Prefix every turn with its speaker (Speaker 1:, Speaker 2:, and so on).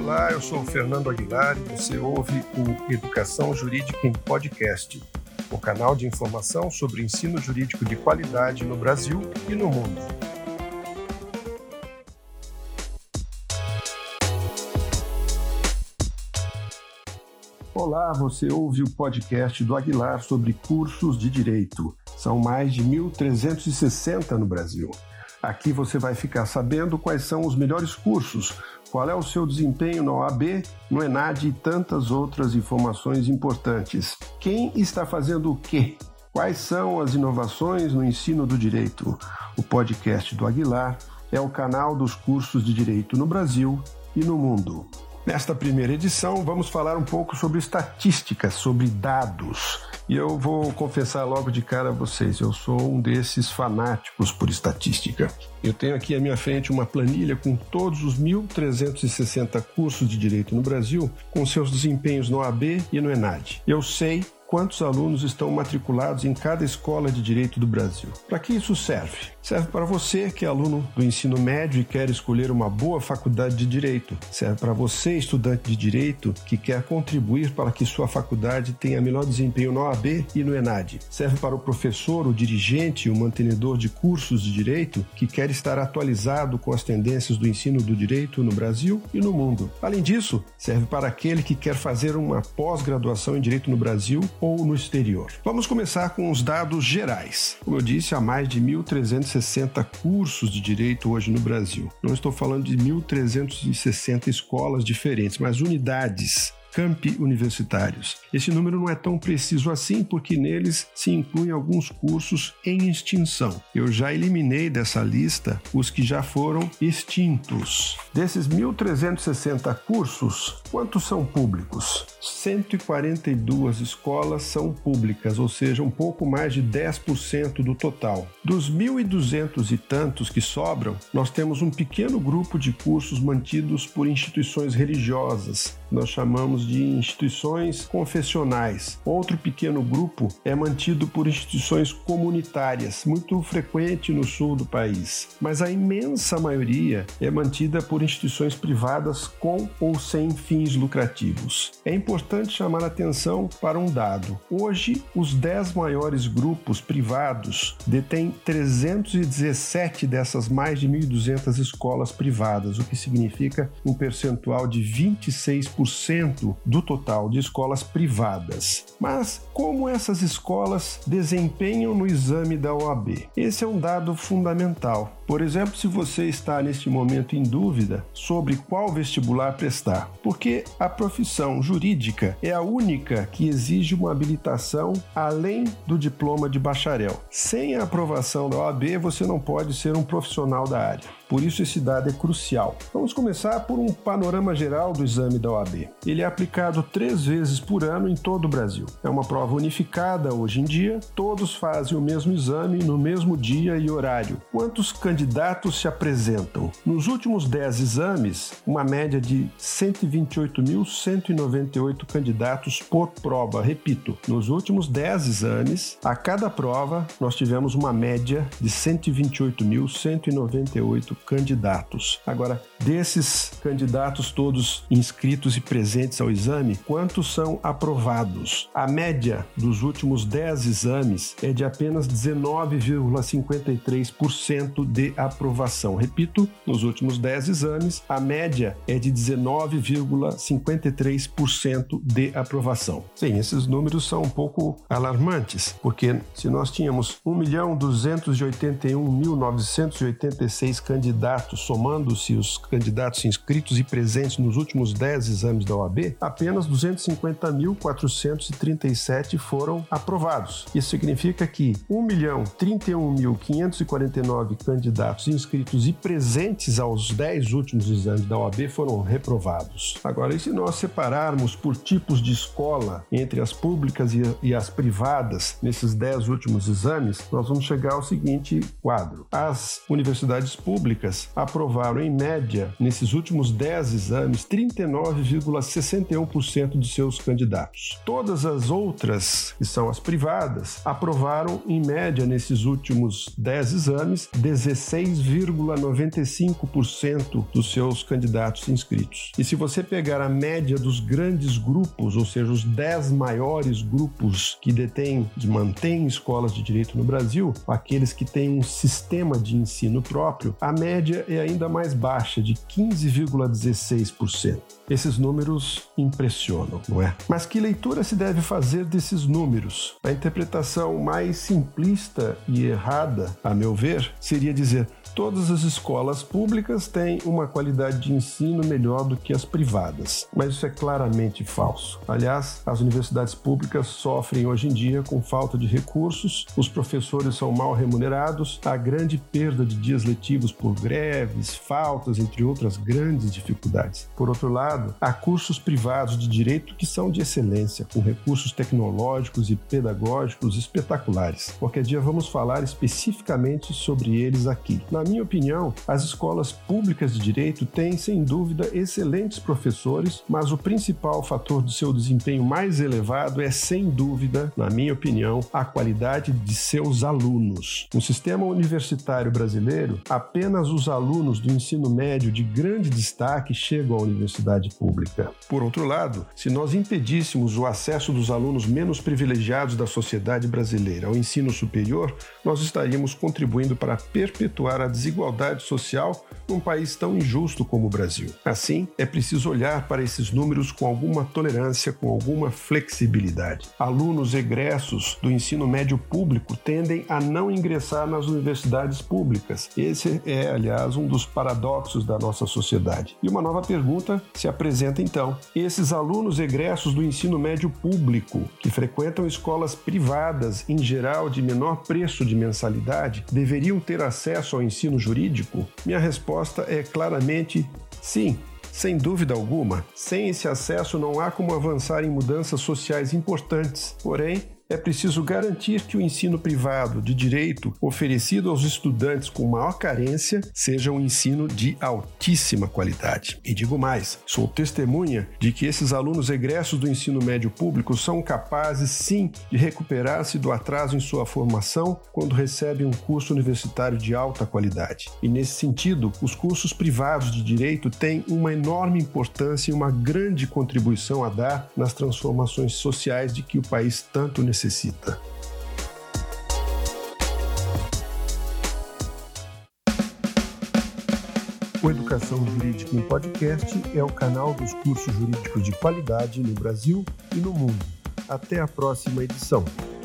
Speaker 1: Olá, eu sou o Fernando Aguilar e você ouve o Educação Jurídica em Podcast, o canal de informação sobre ensino jurídico de qualidade no Brasil e no mundo. Olá, você ouve o podcast do Aguilar sobre cursos de direito. São mais de 1.360 no Brasil. Aqui você vai ficar sabendo quais são os melhores cursos, qual é o seu desempenho na OAB, no ENAD e tantas outras informações importantes. Quem está fazendo o quê? Quais são as inovações no ensino do direito? O podcast do Aguilar é o canal dos cursos de direito no Brasil e no mundo. Nesta primeira edição, vamos falar um pouco sobre estatística, sobre dados. E eu vou confessar logo de cara a vocês, eu sou um desses fanáticos por estatística. Eu tenho aqui à minha frente uma planilha com todos os 1.360 cursos de direito no Brasil, com seus desempenhos no OAB e no ENAD. Eu sei quantos alunos estão matriculados em cada escola de direito do Brasil. Para que isso serve? Serve para você que é aluno do ensino médio e quer escolher uma boa faculdade de direito. Serve para você, estudante de direito, que quer contribuir para que sua faculdade tenha melhor desempenho no OAB e no ENAD. Serve para o professor, o dirigente e o mantenedor de cursos de direito que quer estar atualizado com as tendências do ensino do direito no Brasil e no mundo. Além disso, serve para aquele que quer fazer uma pós-graduação em direito no Brasil ou no exterior. Vamos começar com os dados gerais. Como eu disse, há mais de 1.360 cursos de direito hoje no Brasil. Não estou falando de 1.360 escolas diferentes, mas unidades, campi universitários. Esse número não é tão preciso assim porque neles se incluem alguns cursos em extinção. Eu já eliminei dessa lista os que já foram extintos. Desses 1.360 cursos, quantos são públicos? 142 escolas são públicas, ou seja, um pouco mais de 10% do total. Dos 1.200 e tantos que sobram, nós temos um pequeno grupo de cursos mantidos por instituições religiosas. Nós chamamos de instituições confessionais. Outro pequeno grupo é mantido por instituições comunitárias, muito frequente no sul do país. Mas a imensa maioria é mantida por instituições privadas com ou sem fins lucrativos. É importante chamar a atenção para um dado. Hoje, os 10 maiores grupos privados detêm 317 dessas mais de 1.200 escolas privadas, o que significa um percentual de 26% do total de escolas privadas. Mas como essas escolas desempenham no exame da OAB? Esse é um dado fundamental. Por exemplo, se você está neste momento em dúvida sobre qual vestibular prestar, porque a profissão jurídica é a única que exige uma habilitação além do diploma de bacharel. Sem a aprovação da OAB, você não pode ser um profissional da área. Por isso esse dado é crucial. Vamos começar por um panorama geral do exame da OAB. Ele é aplicado 3 vezes por ano em todo o Brasil. É uma prova unificada hoje em dia, todos fazem o mesmo exame no mesmo dia e horário. Quantos candidatos se apresentam? Nos últimos 10 exames, uma média de 128.198 candidatos por prova. Repito, nos últimos 10 exames, a cada prova, nós tivemos uma média de 128.198 candidatos. Agora, desses candidatos todos inscritos e presentes ao exame, quantos são aprovados? A média dos últimos 10 exames é de apenas 19,53% de aprovação. Repito, nos últimos 10 exames, a média é de 19,53% de aprovação. Sim, esses números são um pouco alarmantes, porque se nós tínhamos 1.281.986 candidatos, somando-se os candidatos inscritos e presentes nos últimos 10 exames da OAB, apenas 250.437 foram aprovados. Isso significa que 1.031.549 candidatos inscritos e presentes aos 10 últimos exames da OAB foram reprovados. Agora, e se nós separarmos por tipos de escola entre as públicas e as privadas nesses 10 últimos exames, nós vamos chegar ao seguinte quadro. As universidades públicas aprovaram, em média, nesses últimos 10 exames, 39,61% de seus candidatos. Todas as outras, que são as privadas, aprovaram, em média, nesses últimos 10 exames, 16 16,95% dos seus candidatos inscritos. E se você pegar a média dos grandes grupos, ou seja, os 10 maiores grupos que mantêm escolas de direito no Brasil, aqueles que têm um sistema de ensino próprio, a média é ainda mais baixa, de 15,16%. Esses números impressionam, não é? Mas que leitura se deve fazer desses números? A interpretação mais simplista e errada, a meu ver, seria dizer: todas as escolas públicas têm uma qualidade de ensino melhor do que as privadas. Mas isso é claramente falso. Aliás, as universidades públicas sofrem hoje em dia com falta de recursos, os professores são mal remunerados, há grande perda de dias letivos por greves, faltas, entre outras grandes dificuldades. Por outro lado, há cursos privados de direito que são de excelência, com recursos tecnológicos e pedagógicos espetaculares. Qualquer dia vamos falar especificamente sobre eles aqui. Na minha opinião, as escolas públicas de direito têm, sem dúvida, excelentes professores, mas o principal fator de seu desempenho mais elevado é, sem dúvida, na minha opinião, a qualidade de seus alunos. No sistema universitário brasileiro, apenas os alunos do ensino médio de grande destaque chegam à universidade pública. Por outro lado, se nós impedíssemos o acesso dos alunos menos privilegiados da sociedade brasileira ao ensino superior, nós estaríamos contribuindo para perpetuar a desigualdade social num país tão injusto como o Brasil. Assim, é preciso olhar para esses números com alguma tolerância, com alguma flexibilidade. Alunos egressos do ensino médio público tendem a não ingressar nas universidades públicas. Esse é, aliás, um dos paradoxos da nossa sociedade. E uma nova pergunta se apresenta então. Esses alunos egressos do ensino médio público, que frequentam escolas privadas, em geral de menor preço de mensalidade, deveriam ter acesso ao ensino jurídico? Minha resposta é claramente sim. Sem dúvida alguma, sem esse acesso não há como avançar em mudanças sociais importantes. Porém, é preciso garantir que o ensino privado de direito oferecido aos estudantes com maior carência seja um ensino de altíssima qualidade. E digo mais, sou testemunha de que esses alunos egressos do ensino médio público são capazes, sim, de recuperar-se do atraso em sua formação quando recebem um curso universitário de alta qualidade. E nesse sentido, os cursos privados de direito têm uma enorme importância e uma grande contribuição a dar nas transformações sociais de que o país tanto necessita. O Educação Jurídica em Podcast é o canal dos cursos jurídicos de qualidade no Brasil e no mundo. Até a próxima edição.